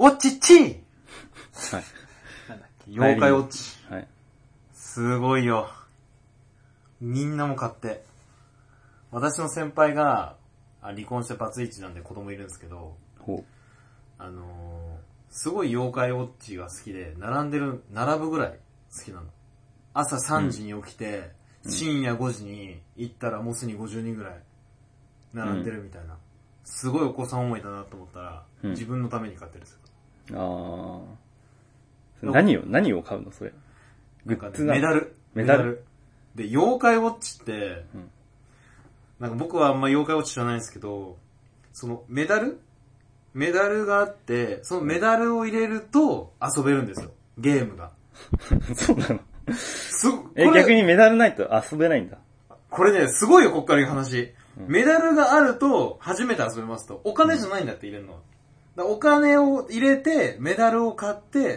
ウォッチチーはい。 なんだっけ、妖怪ウォッチ。 はい。 すごいよ。みんなも買って。私の先輩が、離婚してバツイチなんで子供いるんですけど、 ほう。 すごい妖怪ウォッチが好きで、並ぶぐらい好きなの。朝3時に起きて、深夜5時に行ったらもうすでに50人ぐらい並んでるみたいな。すごいお子さん思いだなと思ったら、自分のために買ってるんですよ。 ああ。何を買うのそれ。 グッズなの？メダル。で、妖怪ウォッチって、なんか僕はあんま妖怪ウォッチ知らないんですけど、そのメダルがあって、そのメダルを入れると遊べるんですよ。ゲームが。 そうなの？逆にメダルないと遊べないんだ。 これね、すごいよ、こっから言う話。メダルがあると初めて遊べますと。お金じゃないんだって入れるのは。だお金を入れて、メダルを買って、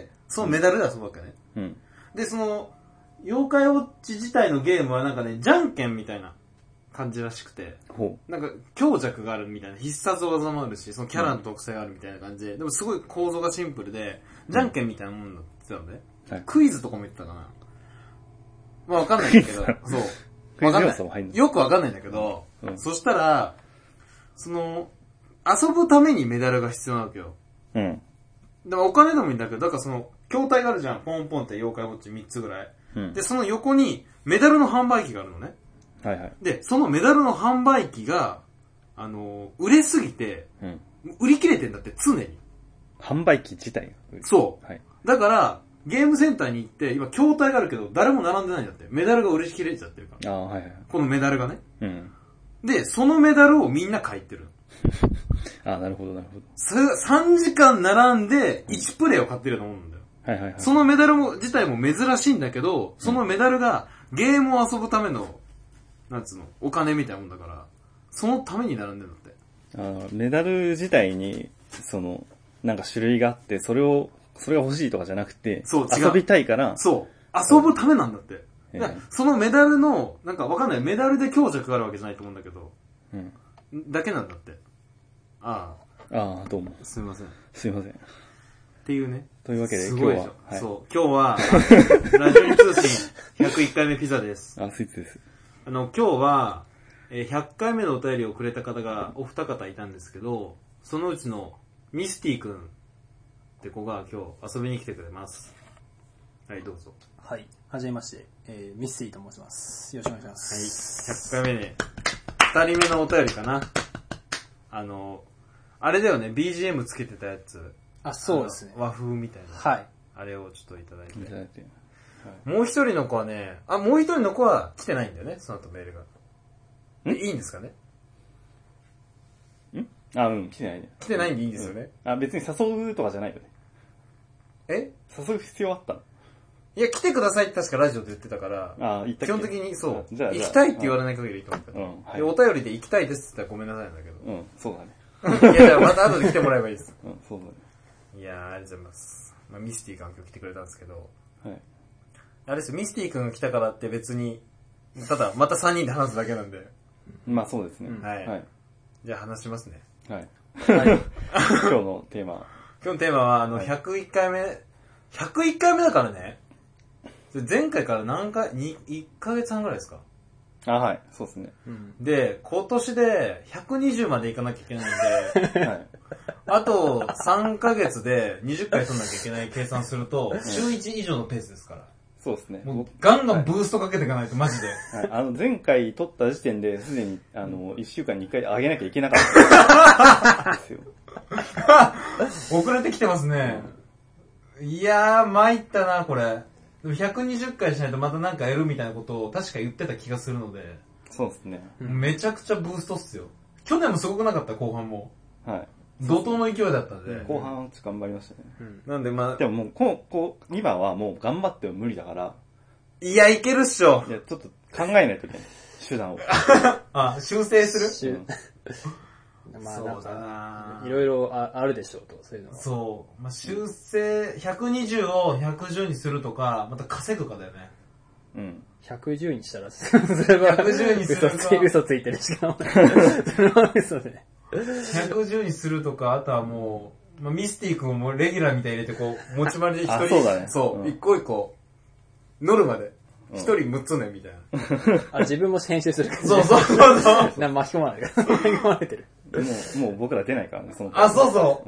そのメダルで遊ぶわけね。 うん。 で、その、妖怪ウォッチ自体のゲームはなんかね、じゃんけんみたいな感じらしくて。なんか、強弱があるみたいな、必殺技もあるし、そのキャラの特性があるみたいな感じで、でもすごい構造がシンプルで、じゃんけんみたいなもんだって言ってたのね。はい、クイズとかも言ってたかな。まあわかんないんだけど、そう。わかんない。よくわかんないんだけど、そしたら、その、遊ぶためにメダルが必要なわけよ。うん。でもお金でもいいんだけど、だからその、筐体があるじゃん。ポンポンって妖怪ウォッチ3つぐらい。うん、で、その横にメダルの販売機があるのね。はいはい。で、そのメダルの販売機が、売れすぎて、売り切れてんだって常に。 販売機自体そう。はい。だから、ゲームセンターに行って、今、筐体があるけど、誰も並んでないんだって。メダルが売り切れちゃってるから。ああ、はいはい。このメダルがね。うん。で、そのメダルをみんな買いってる。 ああ、なるほどなるほど。 3時間並んで、1プレイを買ってるようなもんなんだよ。はいはいはい。そのメダル自体も珍しいんだけど、そのメダルがゲームを遊ぶための、なんつうの、お金みたいなもんだから、そのために並んでるんだって。 メダル自体に、なんか種類があって、それが欲しいとかじゃなくて、そう遊びたいから。 そう。遊ぶためなんだって。そのメダルの、なんかわかんない。メダルで強弱があるわけじゃないと思うんだけど、だけなんだって。ああ、どうも。 すいません。 すいません。っていうね。 というわけで今日は。 はい、そう。今日は、ラジオに通信101回目ピザです。 あ、スイーツです。 今日は、100回目のお便りをくれた方がお二方いたんですけど、そのうちのミスティくんって子が今日遊びに来てくれます。はい、どうぞ。 はい。はじめまして、ミスティと申します。よろしくお願いします。 はい。100回目で、2人目のお便りかな。あれだよね、BGM つけてたやつ。 あ、そうですね。 和風みたいな。 はい。 あれをちょっといただいて。 はい、 もう一人の子はね、もう一人の子は来てないんだよね、その後メールが。いいんですかね？ 来てないね。 来てないんでいいんですよね。 別に誘うとかじゃないよね。誘う必要あったの？ いや、来てくださいって確かラジオで言ってたから、基本的にそう、行きたいって言われない限りいいと思うけど、お便りで行きたいですって言ったらごめんなさいんだけど。 うん、そうだね。 いや、じゃあまた後で来てもらえばいいです。 うん、そうだね。 いやー、ありがとうございます。ミスティが今日来てくれたんですけど、 はい。 あれですよ、ミスティ君が来たからって別に、ただ、また3人で話すだけなんで。 まあそうですね。 はい。じゃあ話しますね。 はい。今日のテーマ。 今日のテーマは、101回目、101回目だからね、前回から何回、1ヶ月半ぐらいですか？ はい、そうですね。 で、今年で120までいかなきゃいけないんで、はい、あと3ヶ月で20回取んなきゃいけない計算すると、週1以上のペースですから。 そうですね。 もうガンガンブーストかけていかないと、マジで。 はい、前回取った時点で、すでに、1週間に1回上げなきゃいけなかったんですよ。 遅れてきてますね。いやー、参ったな、これ。120回しないとまたなんかやるみたいなことを確か言ってた気がするので。 そうですね。 めちゃくちゃブーストっすよ。去年もすごくなかった、後半も。はい。怒涛の勢いだったんで。 後半ちょっと頑張りましたね。 なんでまあ。 でももう、2番はもう頑張っても無理だから。 いや、いけるっしょ。 いや、ちょっと考えないといけない。手段を。 修正する？ まあなんか、いろいろあるでしょうと、そういうのは。 そう。まあ、修正、120を110にするとか、また稼ぐかだよね。 うん。110にしたら、それは、 110にするか。 嘘ついてるしかも。それは嘘で。 110にするとか、あとはもまあ、ミスティ君もレギュラーみたいに入れて、こう、持ち回りで一人、 そうだね。 そう、一個一個、乗るまで、一人6つね、みたいな。 あ、自分も編集するから、 そうそうそう。 巻き込まないから。巻き込まれてる。 もう僕ら出ないからね、その。 あ、そうそう。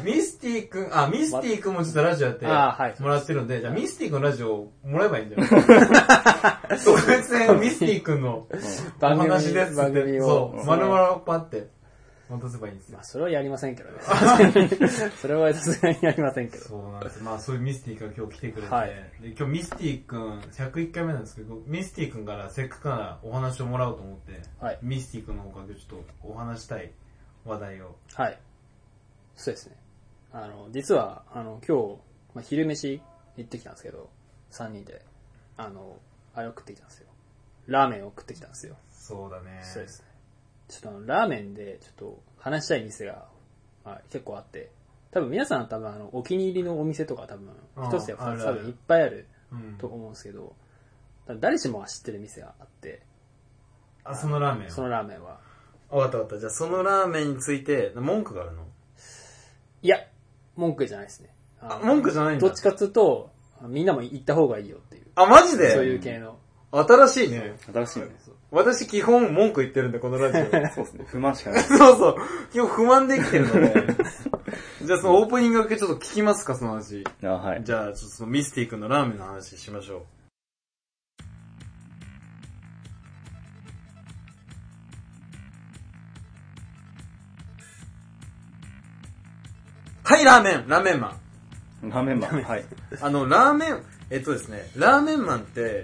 ミスティ君もちょっとラジオやって、もらってるんで、じゃあミスティ君のラジオもらえばいいんじゃない特別編ミスティ君のお話ですって。そう、丸々パって渡せばいいんですよ。 まあ、それはやりませんけどね。それはさすがにやりませんけど。 そうなんです。まあ、そういうミスティ君が今日来てくれて、で今日ミスティ君、101回目なんですけど、ミスティ君からせっかくならお話をもらおうと思って、ミスティ君の方からちょっとお話したい話題を。 はい。そうですね。実は、今日、昼飯行ってきたんですけど、3人で、あれを食ってきたんですよ。ラーメンを食ってきたんですよ。 そうだね。 そうですね。ちょっとラーメンで、ちょっと話したい店が、結構あって、多分皆さんお気に入りのお店とか多分、一つや二つ多分いっぱいあると思うんですけど、誰しもが知ってる店があって、 そのラーメンそのラーメンは。 わかったわかった。じゃあそのラーメンについて文句があるの？ いや、文句じゃないですね。 文句じゃないんだ。 どっちかっていうと、みんなも行った方がいいよっていう。 マジで？ そういう系の。 新しいね。 新しいね。 私基本文句言ってるんで、このラジオ。 そうですね。不満しかない。 そうそう。基本不満で生きてるので。じゃあそのオープニングだけちょっと聞きますか、その話。 はい。 じゃあちょっとそのミスティ君のラーメンの話しましょう。はい、ラーメンマン。 ラーメンマン、はい。 ラーメン、ですね、ラーメンマンって、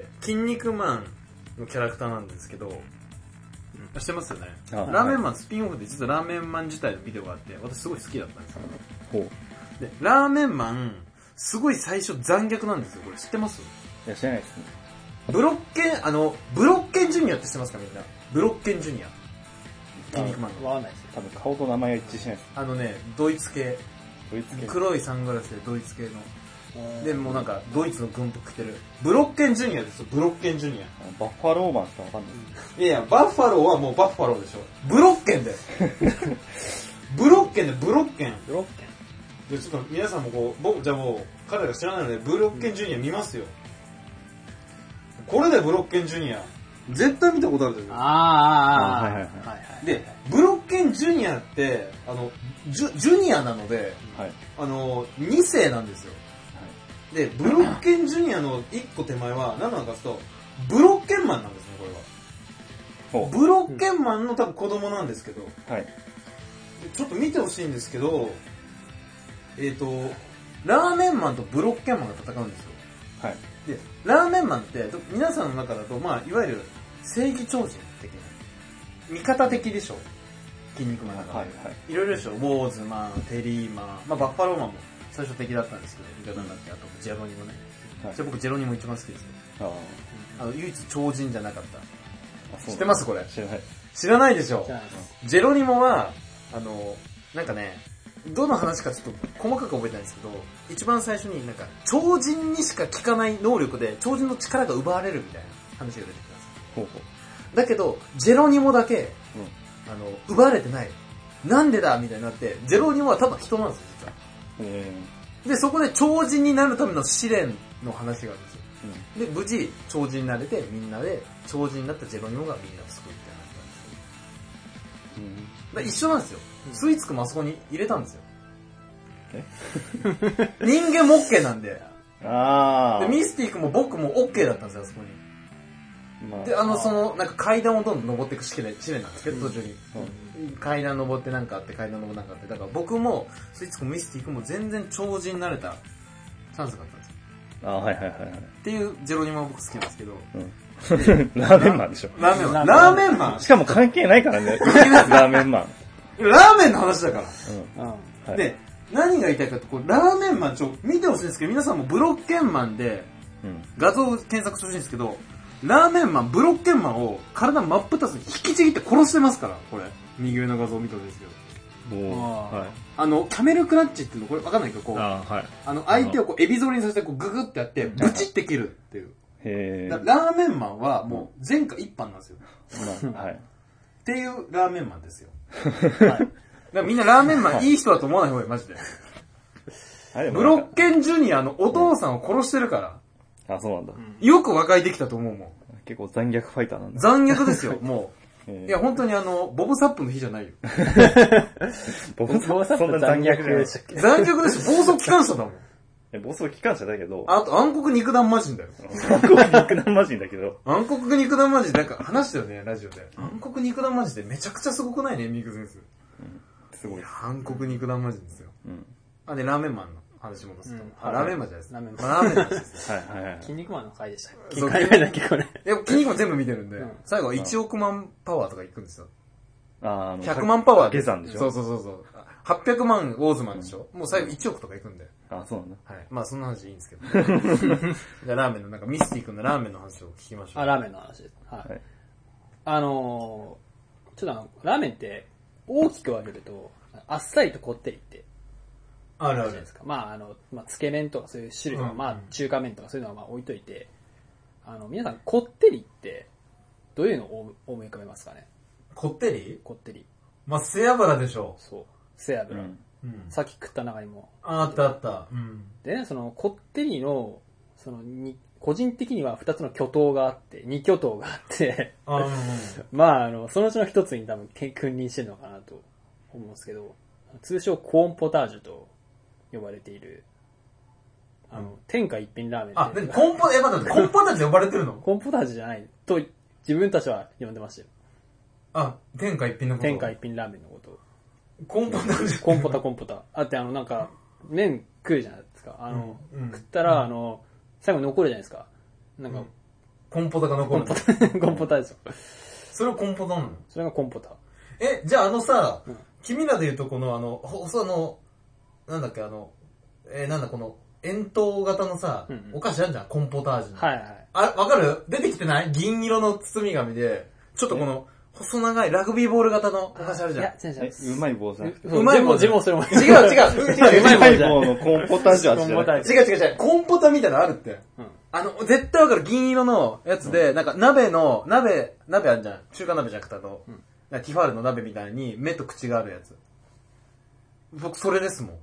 筋肉マンのキャラクターなんですけど、知ってますよね。ラーメンマンスピンオフで実はラーメンマン自体のビデオがあって、私すごい好きだったんですよ。で、ラーメンマン、すごい最初残虐なんですよ。これ知ってます？ いや、知らないですね。 ブロッケンジュニアって知ってますかみんな。ブロッケンジュニア。筋肉マンの。 わかんないですよ。 多分顔と名前が一致しないです。 ドイツ系。黒いサングラスでドイツ系の。で、もうなんか、ドイツの軍服着てる。ブロッケンジュニアですよ、ブロッケンジュニア。 バッファローマンしかわかんない。 いや、バッファローはもうバッファローでしょ。ブロッケンで。ブロッケンで、ブロッケン。 ブロッケンで、ちょっと皆さんもじゃあもう、彼が知らないので、ブロッケンジュニア見ますよ。これでブロッケンジュニア。絶対見たことあるじゃないですか。 で、ブロッケンジュニアって、ジュニアなので、2世なんですよ。で、ブロッケンジュニアの1個手前は何なのかというと、ブロッケンマンなんですね、これは。ブロッケンマンの多分子供なんですけど、ちょっと見てほしいんですけど、ラーメンマンとブロッケンマンが戦うんですよ。で、ラーメンマンって皆さんの中だと、まあ、いわゆる正義超人的な、味方的でしょ。筋肉マンの中で。いろいろでしょ。ウォーズマン、テリーマン、まあ、バッファローマンも最初敵だったんですけど、味方になって、あとジェロニモね。じゃあ僕ジェロニモ一番好きですね。唯一超人じゃなかった。知ってますこれ？ 知らない。 知らないでしょ。ジェロニモは、なんかね、どの話かちょっと細かく覚えてないんですけど、一番最初になんか超人にしか効かない能力で超人の力が奪われるみたいな話が出てきたんです。だけど、ジェロニモだけ、奪われてない。なんでだみたいになって、ジェロニモはただ人なんですよ、実は。で、そこで超人になるための試練の話があるんですよ。で、無事、超人になれて、みんなで、超人になったジェロニモがみんなを救うみたいな話なんですよ。一緒なんですよ。スイーツくんもあそこに入れたんですよ。人間も OK なんで。で、ミスティックも僕も OK だったんですよ、あそこに。で、なんか階段をどんどん登っていく試練なんですけど、途中に。階段登ってなんかあって、階段登ってなんかあって。だから僕も、スイーツくんもミスティックも全然超人になれたチャンスがあったんですよ。っていうジェロニモは僕好きなんですけど。 ラーメンマンでしょ。 ラーメンマンしかも関係ないからね。ラーメンマン。 ラーメンの話だから。で、何が言いたいかって、ラーメンマン見てほしいんですけど、皆さんもブロッケンマンで画像を検索してほしいんですけど、ラーメンマン、ブロッケンマンを体真っ二つに引きちぎって殺してますから、これ。右上の画像を見てほしいんですけど。キャメルクラッチっていうの、これわかんないけど、相手をエビ反りにさせてググってやって、ブチって切るっていう。ラーメンマンはもう前科一般なんですよ。っていうラーメンマンですよ。 からみんなラーメンマンいい人だと思わない方がいい、マジで。ブロッケンジュニアのお父さんを殺してるから。 あ、そうなんだ。 よく和解できたと思うもん。 結構残虐ファイターなんだ。 残虐ですよ、もう。いや、本当にボブサップの日じゃないよ。 ボブサップ残虐でしたっけ？ 残虐でしょ、暴走機関車だもん。 暴走機関車だけど。 あと、暗黒肉弾魔人だよ。 暗黒肉弾魔人だけど。 暗黒肉弾魔人、なんか話したよね、ラジオで。暗黒肉弾魔人ってめちゃくちゃすごくないね、ミクセンス。 すごい。 暗黒肉弾魔人ですよ。あ、で、ラーメンマンの話戻すと。ラーメンマンじゃないです。 ラーメンマン。ラーメンマンです。 はい。筋肉マンの回でしたっけ？回目だっけ、これ。 いや、筋肉マン全部見てるんで、最後は1億万パワーとか行くんですよ。100万パワーで。 下山でしょ？ そう。800万ウォーズマンでしょ？もう最後1億とか行くんで。 あ、そうなんだ。 はい。まあそんな話いいんですけど。じゃあラーメンの、なんかミスティ君のラーメンの話を聞きましょう。 あ、ラーメンの話です。はい。ちょっとラーメンって大きく分けると、あっさりとこってりってあるある。 じゃないですか。まあ、つけ麺とかそういう種類とか、まあ、中華麺とかそういうのはまあ置いといて、皆さん、こってりって、どういうのを思い浮かべますかね？ こってり？ こってり。 まあ、背脂でしょ。 そう。背脂。さっき食った中にも。 あった。 でね、こってりの、個人的には2つの巨頭があって、2巨頭があってまあ、そのうちの1つに多分君臨してるのかなと思うんですけど、通称コーンポタージュと呼ばれている、天下一品ラーメン。 あ、待って、コーンポタージュ呼ばれてるの？ コーンポタージュじゃないと自分たちは呼んでましたよ。 あ、天下一品のこと？ 天下一品ラーメンのことを。 コーンポタージュ？ コーンポタ。あってなんか、麺食うじゃないですか。食ったら、最後残るじゃないですか。なんか、 コンポタが残る。 コンポタですよ。 それはコンポタなの？ それがコンポタ。 じゃあさ、君らで言うとこのなんだっけなんだこの、円筒型のさ、お菓子あるじゃん、コンポタージュの。 はいはい。 あ、わかる？出てきてない？銀色の包み紙で、ちょっとこの、細長いラグビーボール型のお菓子あるじゃん。いや、 うまい棒じゃなくて。 うまい棒。 自分もそれも。 違う。うまい棒のコンポタージュ味じゃない。 違う。コンポタみたいなのあるって。絶対わかる。銀色のやつで、なんか鍋あるじゃん。中華鍋じゃなくてティファールの鍋みたいに目と口があるやつ。僕それですもん。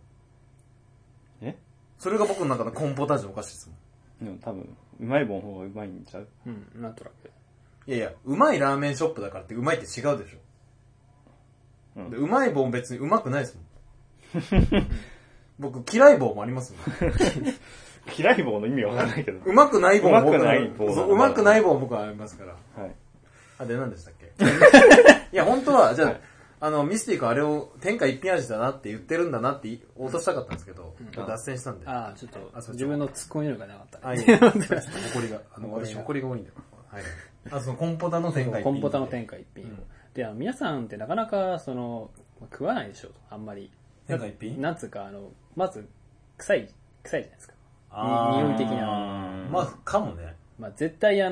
それが僕の中のコンポタージュのお菓子ですもん。 でも多分、うまい棒の方がうまいんちゃう？ なんとなく。 いや、うまいラーメンショップだからってうまいって違うでしょ。うまい棒も別にうまくないですもん。僕、嫌い棒もありますもん。 嫌い棒の意味わかんないけど。 うまくない棒もうまくない棒。 うまくない棒僕はありますから。 はい。 あ、で、何でしたっけ？いや、本当は、じゃあ、ミスティ君あれを天下一品味だなって言ってるんだなって落としたかったんですけど、脱線したんで。 ちょっと、自分のツッコミ力がなかったね。 誇りが、私誇りが多いんだよ。はい。コンポタの天下一品。 コンポタの天下一品。で、皆さんってなかなか、食わないでしょ、あんまり。 天下一品？ なんつうか、まず、臭いじゃないですか。匂い的な。 まあ、かもね。 まあ、絶対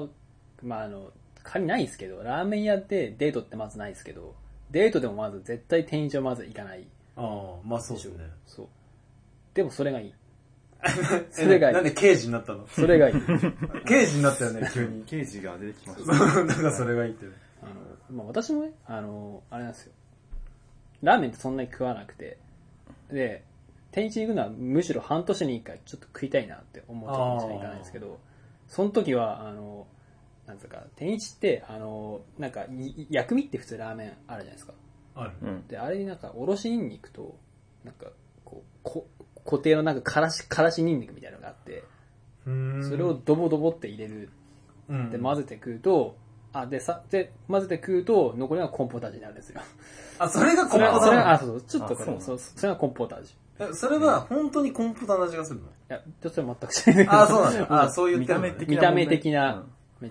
仮ないですけど、ラーメン屋でデートってまずないですけど、デートでもまず絶対店員上まず行かない。 まあそうですね。 そう。でもそれがいい。それがいい。 なんで刑事になったの？ それがいい。 刑事になったよね、急に。 刑事が出てきました。 だからそれがいいって。 私もね、あれなんですよ。ラーメンってそんなに食わなくて、で、天一に行くのはむしろ半年に一回ちょっと食いたいなって思う時にしか行かないんですけど、その時は、なんつうか、天一って、なんか、薬味って普通ラーメンあるじゃないですか。 ある。 で、あれになんか、おろしニンニクと、なんか、固定のなんか、からしニンニクみたいなのがあって、それをドボドボって入れる。で、混ぜて食うと、混ぜて食うと、残りはコンポタージュになるんですよ。 あ、それがコンポタージュ？ そう、ちょっとそれがコンポタージュ。それは本当にコンポタの味がするの？いや、それ全くしない。 そうなんだ。そういう見た目的な。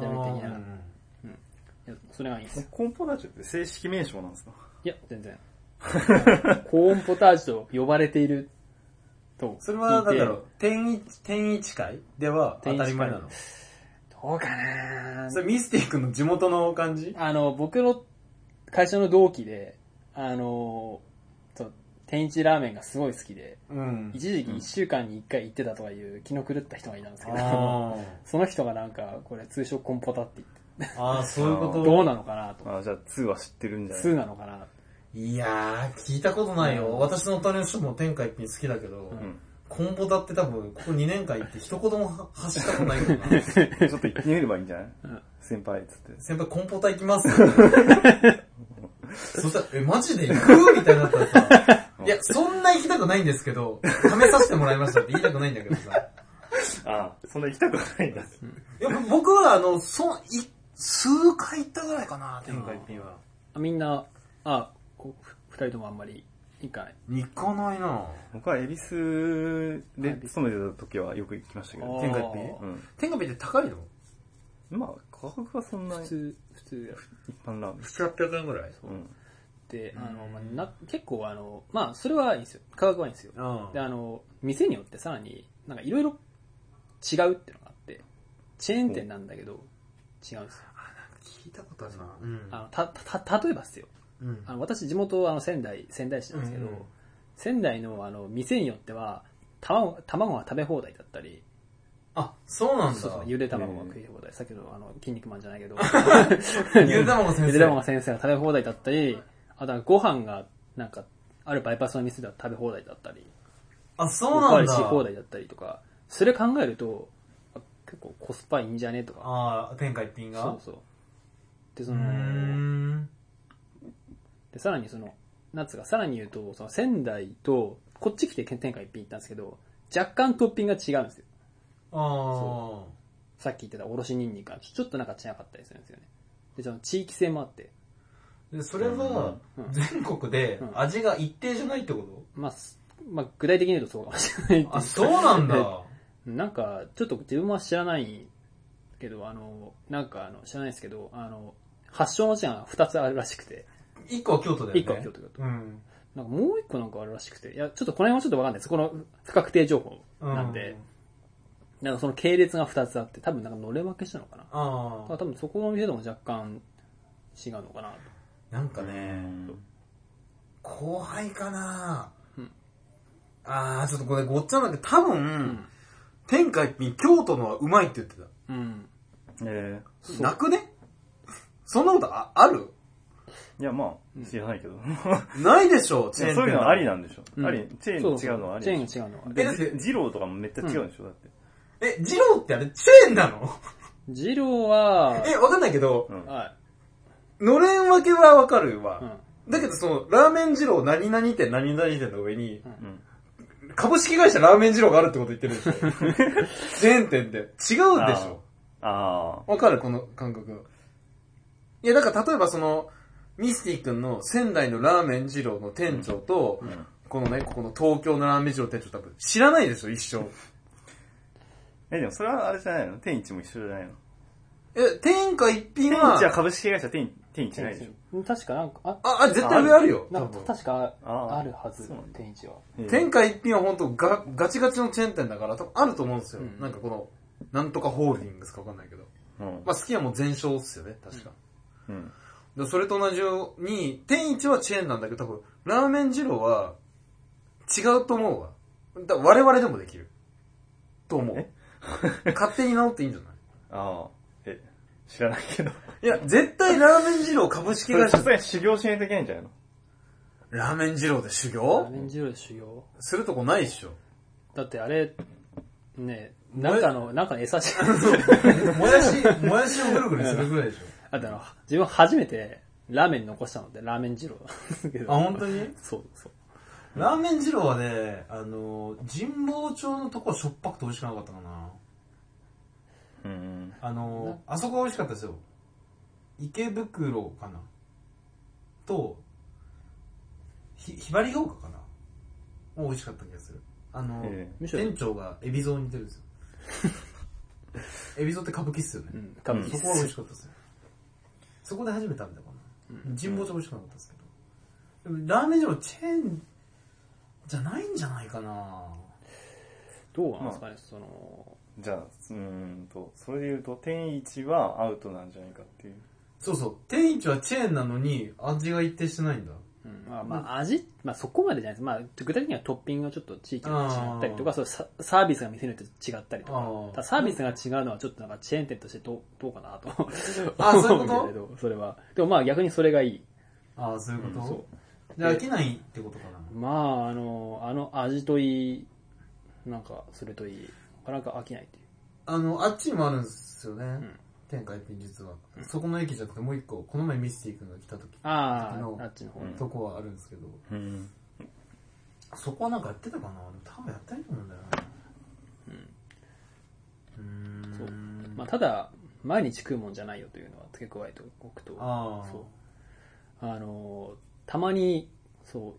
それがいいです。 コーンポタージュって正式名称なんですか？ いや、全然。コーンポタージュと呼ばれていると。 それは、だから、天一会では当たり前なの？ どうかな？ それミスティ君の地元の感じ？ 僕の会社の同期で、天一ラーメンがすごい好きで、一時期1週間に1回行ってたとかいう気の狂った人がいたんですけど、その人がなんか、これ通称コンポタって言って。 そういうこと？ どうなのかなと。 じゃあ2は知ってるんじゃない？ 2なのかな。 いやー、聞いたことないよ。私の隣の人も天下一品好きだけど、コンポタって多分、ここ2年間行って一言も発したことないからな。 ちょっと言ってみればいいんじゃない、先輩っつって。 先輩コンポタ行きますそしたら、マジで行くみたいになったらさ、いや、そんな行きたくないんですけど、試させてもらいましたって言いたくないんだけどさ。 ああ、そんな行きたくないんだ。いや僕は数回行ったぐらいかな、天下一品は。 みんな、二人ともあんまり行かない。 行かないな。 僕は恵比寿で勤めてた時はよく行きましたけど。 天下一品？天下一品って高いの？ まあ、価格はそんなに。普通一般ラーメン。 700円ぐらい？ で、結構まあ、それはいいんですよ。価格はいいんですよ。で、店によってさらに、なんかいろいろ違うっていうのがあって、チェーン店なんだけど、違うんですよ。 聞いたことあるな。例えばですよ。私、地元仙台市なんですけど、仙台の店によっては、卵が食べ放題だったり、 あ、そうなんだ。 そうゆで卵が食い放題。さっきの筋肉マンじゃないけど、 ゆで卵先生が食べ放題だったり、あとはご飯が、なんか、あるバイパスの店では食べ放題だったり、 あ、そうなんだ。 し放題だったりとか、それ考えると、結構コスパいいんじゃねとか。 ああ、天下一品が？ そう。で、で、さらにさらに言うと、仙台と、こっち来て天下一品行ったんですけど、若干トッピングが違うんですよ。さっき言ってたおろしニンニクがちょっとなんか違かったりするんですよね。で、その地域性もあって。 で、それは、全国で味が一定じゃないってこと？ まあ、具体的に言うとそうかもしれない。 あ、そうなんだ。 なんか、ちょっと自分は知らないけど、なんか知らないですけど、発祥の地が2つあるらしくて。 1個は京都だよね。 1個は京都だと。なんかもう1個なんかあるらしくて。いや、ちょっとこの辺はちょっとわかんないです。この不確定情報なんで。なんかその系列が2つあって、多分なんか乗れ負けしたのかな。多分そこの店でも若干違うのかなと。 なんかね、後輩かな、ちょっとこれごっちゃなんだけど、多分、天下一品、京都のはうまいって言ってた。なくね？そんなことある？ いや、まあ、知らないけど。 ないでしょ、 チェーン。そういうのありなんでしょ。チェーン違うのはあり。 チェーン違うのは。 だって、二郎とかもめっちゃ違うんでしょ、だって。 二郎ってあれ、チェーンなの？ 二郎は、 わかんないけど、のれん分けはわかるわ。だけどラーメン二郎何々店何々店の上に、株式会社ラーメン二郎があるってこと言ってるでしょ。チェーン店で。違うでしょ。わかるこの感覚。いや、だから例えばミスティ君の仙台のラーメン二郎の店長と、このね、ここの東京のラーメン二郎の店長多分知らないでしょ、一生。 でもそれはあれじゃないの？天一も一緒じゃないの？ 天下一品は。 天一は株式会社天一ないでしょ？ 確かなんか、 絶対上あるよ。 確かあるはず、天一は。 天下一品は本当ガチガチのチェーン店だから多分あると思うんですよ。なんかこの、なんとかホールディングスかわかんないけど。まあ好きはもう全焼っすよね、確か。それと同じように、天一はチェーンなんだけど多分、ラーメン二郎は違うと思うわ。我々でもできる。と思う。勝手に直っていいんじゃない？ 知らないけど。 いや、絶対ラーメン二郎株式会社。 さすがに修行しないといけないんじゃないの？ ラーメン二郎で修行？ ラーメン二郎で修行するとこないっしょ。 だってあれ、ね、なんか餌じゃん。もやしをぐるぐるするぐらいでしょ。 あと自分初めてラーメン残したのでラーメン二郎だけど。 本当に？ そう。 ラーメン二郎はね、神保町のとこはしょっぱくて美味しくなかったかな。あそこが美味しかったですよ。池袋かなと、ひばりが丘かなも美味しかった気がする。店長が海老蔵に似てるんですよ。海老蔵って歌舞伎っすよね。そこは美味しかったですよ。そこで初めて食べたかな。神保町美味しくなかったですけど。でもラーメン二郎チェーンじゃないんじゃないかな。 どうなんですかね、 じゃあ、それで言うと、天一はアウトなんじゃないかっていう。 そう。天一はチェーンなのに、味が一定してないんだ。 味、そこまでじゃないです。具体的にはトッピングがちょっと地域が違ったりとか、サービスが店によって違ったりとか。サービスが違うのはちょっとなんかチェーン店としてどうかなと。 そういうこと？ それは。でも逆にそれがいい。 そういうこと？ で飽きないってことかな。 まあ、味といい、なんか、それといい、なかなか飽きないっていう。 あっちにもあるんですよね。天下一品実は。そこの駅じゃなくてもう一個、この前ミスティ君が来た時の、あっちの方とこはあるんですけど、そこはなんかやってたかな。多分やってないと思うんだよな。 そう。まあ、ただ、毎日食うもんじゃないよというのは付け加えておくと、そう。たまに、そう、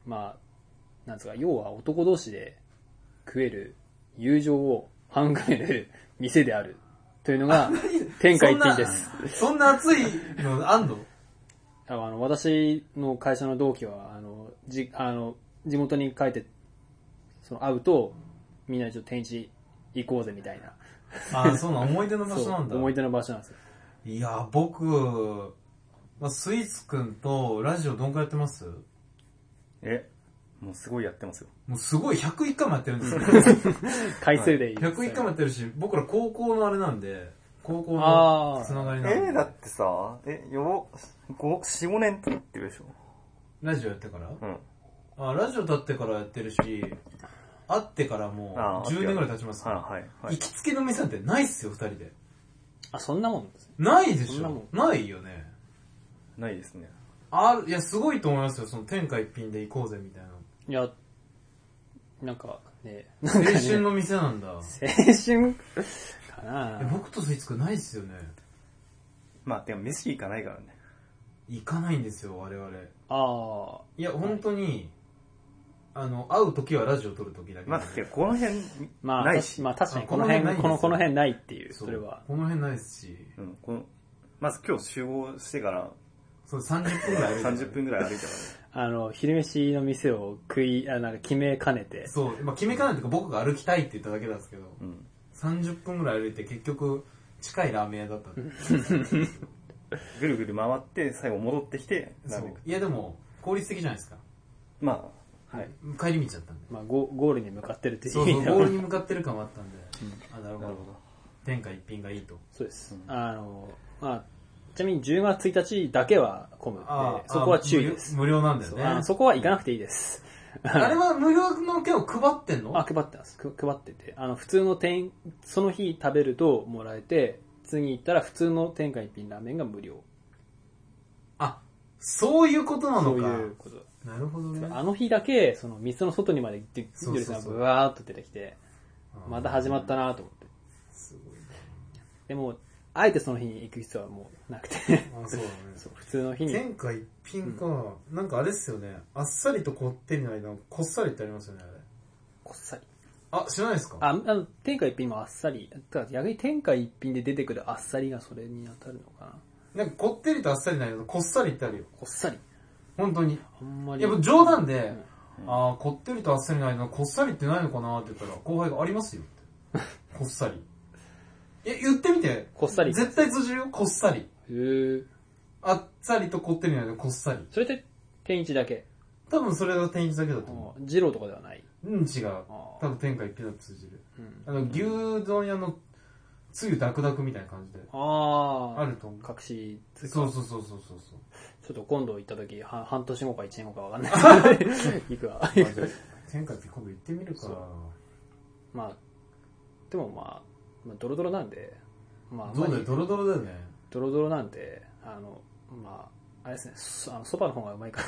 まあ、なんですか、要は男同士で食える友情を育める店であるというのが天下一品です。 そんな熱いのあんの？ 私の会社の同期は、地元に帰って、会うと、みんなでちょっと天一行こうぜみたいな。 そうな、思い出の場所なんだ。 思い出の場所なんですよ。 いや、僕、スイーツくんとラジオどんくらいやってます？ もうすごいやってますよ。 もうすごい101回もやってるんですよ。 回数でいい。 101回もやってるし、僕ら高校のあれなんで、高校のつながりなんで。 だってさ、4、5年経ってるでしょ。 ラジオやってから？ラジオ立ってからやってるし、会ってからもう10年ぐらい経ちますから。行きつけの店なんてないっすよ、2人で。 そんなもんですね。 ないでしょ。ないよね。 ないですね。 いや、すごいと思いますよ、その天下一品で行こうぜみたいな。 いや、なんかね、 青春の店なんだ。 青春かな。 僕とスイーツくんないっすよね。 まあ、でも飯行かないからね。 行かないんですよ、我々。いや、本当に、会う時はラジオ撮る時だけ。 まあ、この辺ないし。 まあ確かにこの辺ないっていう、それは。 この辺ないですし。 まず今日集合してから、 そう、30分ぐらい歩いた。 30分ぐらい歩いたからね。 昼飯の店をなんか決めかねて。 そう、決めかねてか僕が歩きたいって言っただけなんですけど、30分ぐらい歩いて結局近いラーメン屋だったんで。 ぐるぐる回って最後戻ってきてラーメン。 いやでも効率的じゃないですか。 まあ、 帰り道だったんで。 まあゴールに向かってるっていう。 そう、ゴールに向かってる感もあったんで。なるほど。天下一品がいいと。 そうです。まあ、ちなみに10月1日だけは混むんで、そこは注意です。 無料なんだよね。 そこは行かなくていいです。 あれは無料の券を配ってんの？ 配ってます。配ってて。普通のその日食べるともらえて、次行ったら普通の天下一品ラーメンが無料。 そういうことなのか。 そういうこと。 なるほどね。 あの日だけ、店の外にまで行って、ゆりさんがブワーっと出てきて、また始まったなと思って。 すごいね。 でも、あえてその日に行く必要はもうなくて。 そうだね。 普通の日に。 天下一品か。なんかあれっすよね。あっさりとこってりの間、こっさりってありますよね、あれ。 こっさり。 知らないですか？ 天下一品もあっさり。逆に天下一品で出てくるあっさりがそれに当たるのかな。 なんかこってりとあっさりないけど、こっさりってあるよ。 こっさり。 本当に。 あんまり。 やっぱ冗談で、こってりとあっさりないの、こっさりってないのかなって言ったら、後輩がありますよって。こっさり。言ってみて。 こっさり。 絶対通じるよ、こっさり。 へあっさりとこってりないの、こっさり。 それって天一だけ？ 多分それが天一だけだと思う。 二郎とかではない？ 違う。多分天下一品だと通じる。牛丼屋のつゆダクダクみたいな感じで。あると思う。 隠しつそう。ちょっと今度行った時、半年後か1年後かわかんない。行くわ。 天下って今度行ってみるか。 まあ、でもまあ、ドロドロなんで、 そうだよ、ドロドロだよね。 ドロドロなんで、まあ、あれですね、蕎麦の方がうまいから。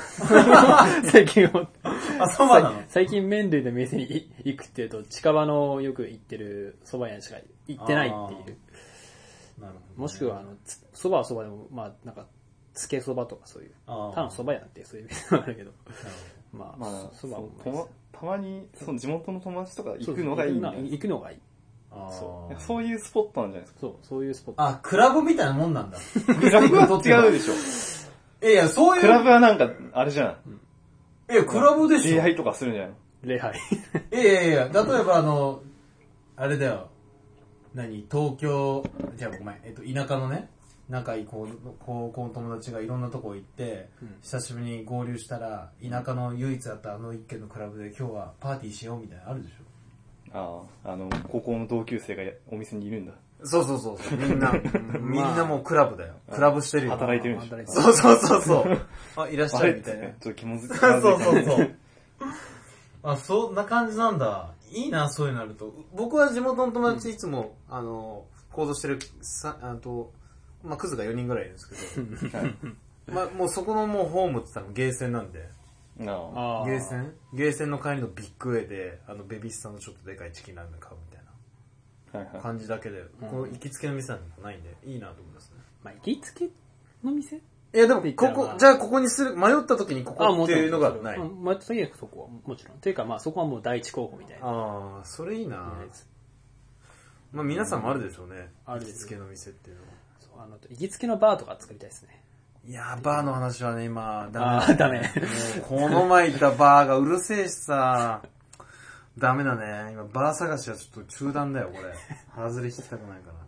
最近思って。 蕎麦なの？ 最近麺類の店に行くっていうと、近場のよく行ってる蕎麦屋にしか行ってないっていう。 なるほど、ね。 もしくは、蕎麦は蕎麦でも、まあ、なんか、つけ蕎麦とかそういう。ただの蕎麦屋なんてそういう店もあるけど。まあ、蕎麦もたまに、地元の友達とか行くのがいいんだよ。 行くのがいい。 そういうスポットなんじゃないですか。 そういうスポット。 クラブみたいなもんなんだ。 クラブは違うでしょ。 いや、そういう。 クラブはなんか、あれじゃん。 クラブでしょ。 礼拝とかするんじゃないの？ 礼拝。 いや、例えばあれだよ。東京、じゃあごめん、田舎のね、仲いい高校の友達がいろんなとこ行って、久しぶりに合流したら、田舎の唯一あった一軒のクラブで今日はパーティーしようみたいなのあるでしょ。 高校の同級生がお店にいるんだ。 そう。みんなもうクラブだよ。クラブしてるよ。 働いてるんでしょ。そう。あ、いらっしゃいみたいな。 ちょっと気もずく。 そう。あ、そんな感じなんだ。いいな、そういうのあると。僕は地元の友達いつも、行動してる、クズが4人ぐらいいるんですけど、もうそこのもうホームって言ったらゲーセンなんで、ゲーセンの帰りのビッグウェイで、ベビースターのちょっとでかいチキンラーメン買うみたいな感じだけで、こう行きつけの店なんてないんで、いいなと思いますね。 まあ、行きつけの店いやでも、じゃあここにする、迷った時にここっていうのがない。 迷った時はそこはもちろん。というかまあそこはもう第一候補みたいな。 ああ、それいいな。まあ皆さんもあるでしょうね。行きつけの店っていうのは。 そう、行きつけのバーとか作りたいですね。 いやー、バーの話はね、今、 ダメ。 この前行ったバーがうるせえしさ、ダメだね。今、バー探しはちょっと中断だよ、これ。外れ引きたくないから。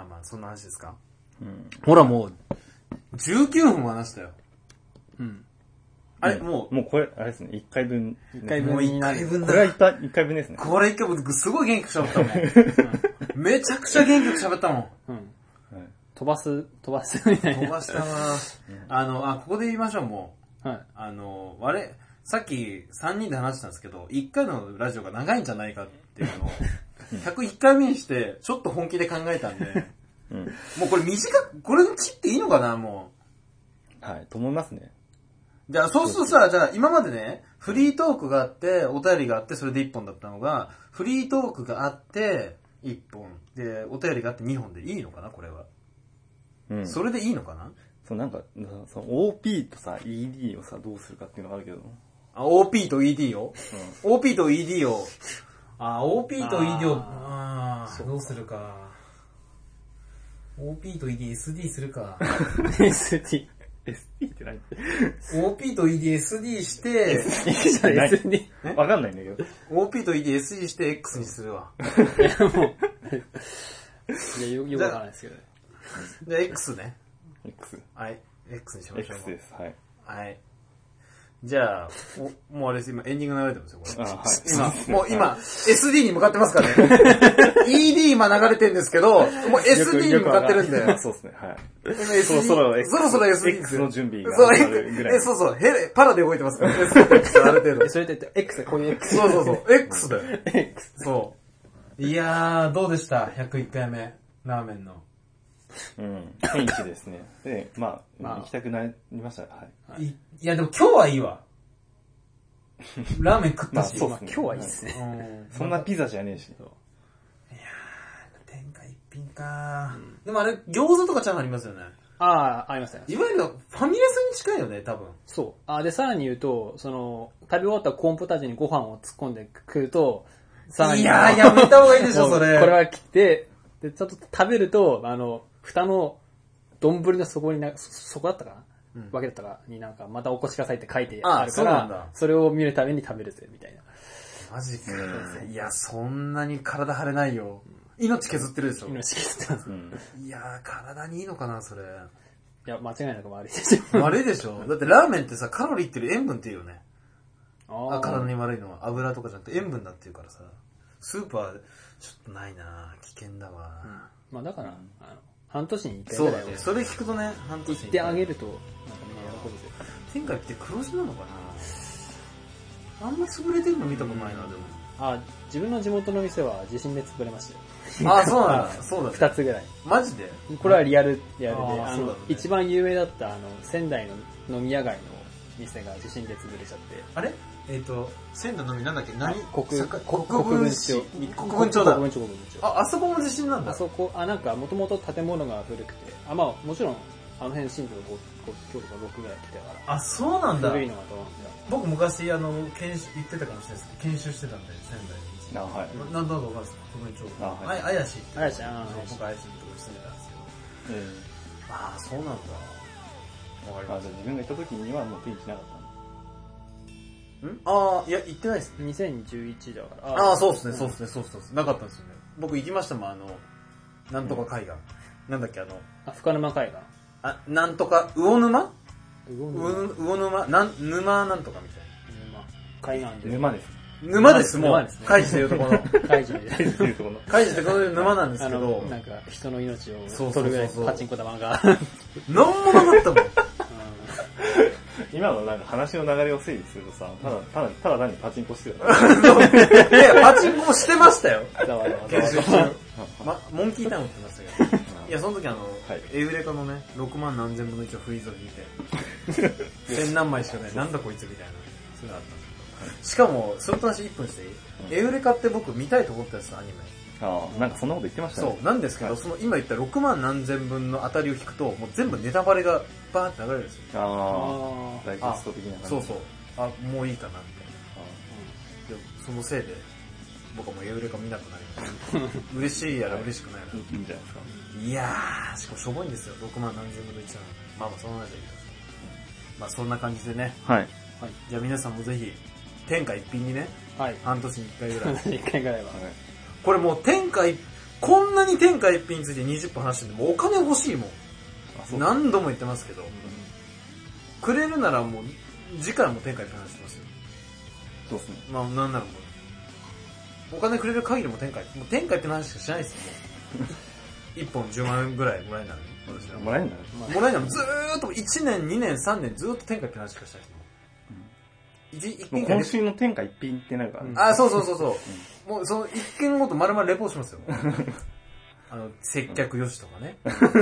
まあ、そんな話ですか。ほら、もう、19分話したよ。あれ、もうこれ、あれですね、1回分。 1回分になる。 これは1回分ですね。 これ1回分、すごい元気く喋ったもん。めちゃくちゃ元気く喋ったもん。 飛ばすみたいな。 飛ばしたなここで言いましょう、もう。さっき3人で話したんですけど、1回のラジオが長いんじゃないかっていうのを、101回目にして、ちょっと本気で考えたんで、もうこれこれ切っていいのかな、もう。はい、と思いますね。 じゃあ、そうするとさ、じゃあ今までね、フリートークがあって、お便りがあって、それで1本だったのが、フリートークがあって、1本。で、お便りがあって2本でいいのかな、これは。それでいいのかな？ そう、なんか、OP とさ、ED をさ、どうするかっていうのがあるけど。 OP と ED を？OP と ED を。OP と ED を、どうするか。OP と ED、SD するか。 SD って何？ OP と ED、SD して、 SD わかんないんだけど。 OP と ED、SD して X にするわ。 いや、もう。よくわかんないですけど。 じゃあ X ね。 X。 はい。X にしましょう。 X です。はい。 はい。じゃあ、もうあれです、今エンディング流れてますよ、これ。 はい。 今、SD に向かってますからね。ED 今流れてるんですけど、もう SD に向かってるんで。 そうですね、はい。 そろそろ SD。 X の準備がそう、 ぐらい。 そう、パラで動いてますから、S と X ある程度。 それって X こういう X。 そう、X だよ。そう。いやー、どうでした ?101 回目、ラーメンの。 天気ですね。で、まあ、行きたくなりました。はい。 いや、でも今日はいいわ。ラーメン食ったし。 今日はいいっすね。 そんなピザじゃねえし。いやー、天下一品かー。でもあれ、餃子とかチャーハンありますよね。 ありますね。 いわゆるファミレスに近いよね、多分。 そう。で、さらに言うと、食べ終わったコーンポタージュにご飯を突っ込んで食うと、さらに。 いやー、やめた方がいいでしょ、それ。 これは切って、で、ちょっと食べると、蓋の丼の底に底だったかな、わけだったかになんか、またお越しくださいって書いてあるから、それを見るために食べるぜ、みたいな。 マジか。いや、そんなに体張れないよ。命削ってるでしょ。 命削ってます。 いやー、体にいいのかな、それ。 いや、間違いなく悪いでしょ。 悪いでしょ。だってラーメンってさ、カロリーっていう塩分っていうよね。体に悪いのは油とかじゃなくて塩分だっていうからさ。スープは、ちょっとないな危険だわ。 まあだから、半年に1回ぐらい。そうだね。それ聞くとね、半年に 1回。行ってあげると、なんかみんな喜ぶぜ。 天下って黒字なのかなあんま潰れてるの見たことないな、でも。 自分の地元の店は地震で潰れましたよ。 そうなんだ。そうだね。 2つぐらい。 マジでこれはリアルで、一番有名だった仙台の飲み屋街の店が地震で潰れちゃって。 あれ仙台のみなんだっけ何国分町。 国分町だ。 国分町。 あそこも地震なんだ。 あそこ、なんかもともと建物が古くて、まあもちろん、あの辺震度5強とか6ぐらい来てたから。 そうなんだ。 古いのがどうなんだ。 僕昔、行ってたかもしれないですけど、研修してたんで、仙台に。 はい。 なんだかわかんないです国分町。怪しい。 怪しい。 僕怪しいとこ住んでたんですけど。そうなんだ。 わかりました。自分が行った時にはもう天気なかった。 いや、行ってないですね。 2011だから。 そうですね。なかったんですよね。僕行きましたもん、なんとか海岸。なんだっけ、 深沼海岸。 なんとか、魚沼沼なんとかみたいな。 海岸で。 沼です。 沼です、もう。カイジでいうとこの。 カイジでいうとこの。 カイジってこういう沼なんですけど。 なんか人の命を取るぐらいパチンコ玉が。 なんもなかったもん。 今のなんか話の流れを整理するとさ、ただ単にパチンコしてる。いや、パチンコもしてましたよ。研修中。モンキータウンって言ってましたけど。いや、その時エウレカのね、6万何千分の1をフリーズを引いて、1000何枚しかない、なんだこいつみたいな。そういうのあったんですけど。しかも、それと話1分していい？エウレカって僕見たいと思ったやつのアニメ。 なんかそんなこと言ってましたね。 そう、なんですけど、その今言った6万何千分の当たりを引くと、もう全部ネタバレがバーって流れるんですよ。 ダイジェスト的な感じ。 そうそう。もういいかな、みたいな。そのせいで、僕はもうエウレカ見なくなりました。嬉しいやら嬉しくないやら。 いいんじゃないですか。 いやー、しかもしょぼいんですよ。6万何千分の1なの。まあまあ、その話はいいか。まあそんな感じでね。 はい。 じゃあ皆さんもぜひ、天下一品にね、半年に1回ぐらい。 1回ぐらいは。 これもうこんなに天下一品について20分話してんで、もうお金欲しいもん。何度も言ってますけど。くれるならもう、次回も天下一品話してますよ。 そうですね。 まあなんならもう、お金くれる限りも天下一品。もう天下一品の話しかしないですよ。1本10万円ぐらいもらえるならね。私は。 もらえるならずーっと1年、2年、3年ずーっと天下一品の話しかしないですもん。 今週の天下一品ってなんか、 そう。もうその一件ごと丸々レポートしますよ。接客よしとかね。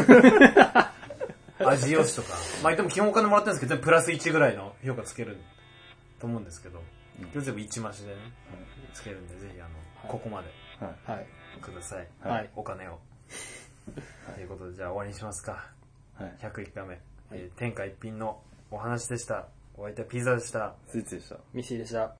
味よしとか。まあでも基本お金もらってるんですけど、全部プラス1ぐらいの評価つけると思うんですけど、全部1増しでね、つけるんで、ぜひここまでください。お金を。ということで、じゃあ終わりにしますか。101回目。天下一品のお話でした。お相手はピザでした。 スイーツでした。 ミッシーでした。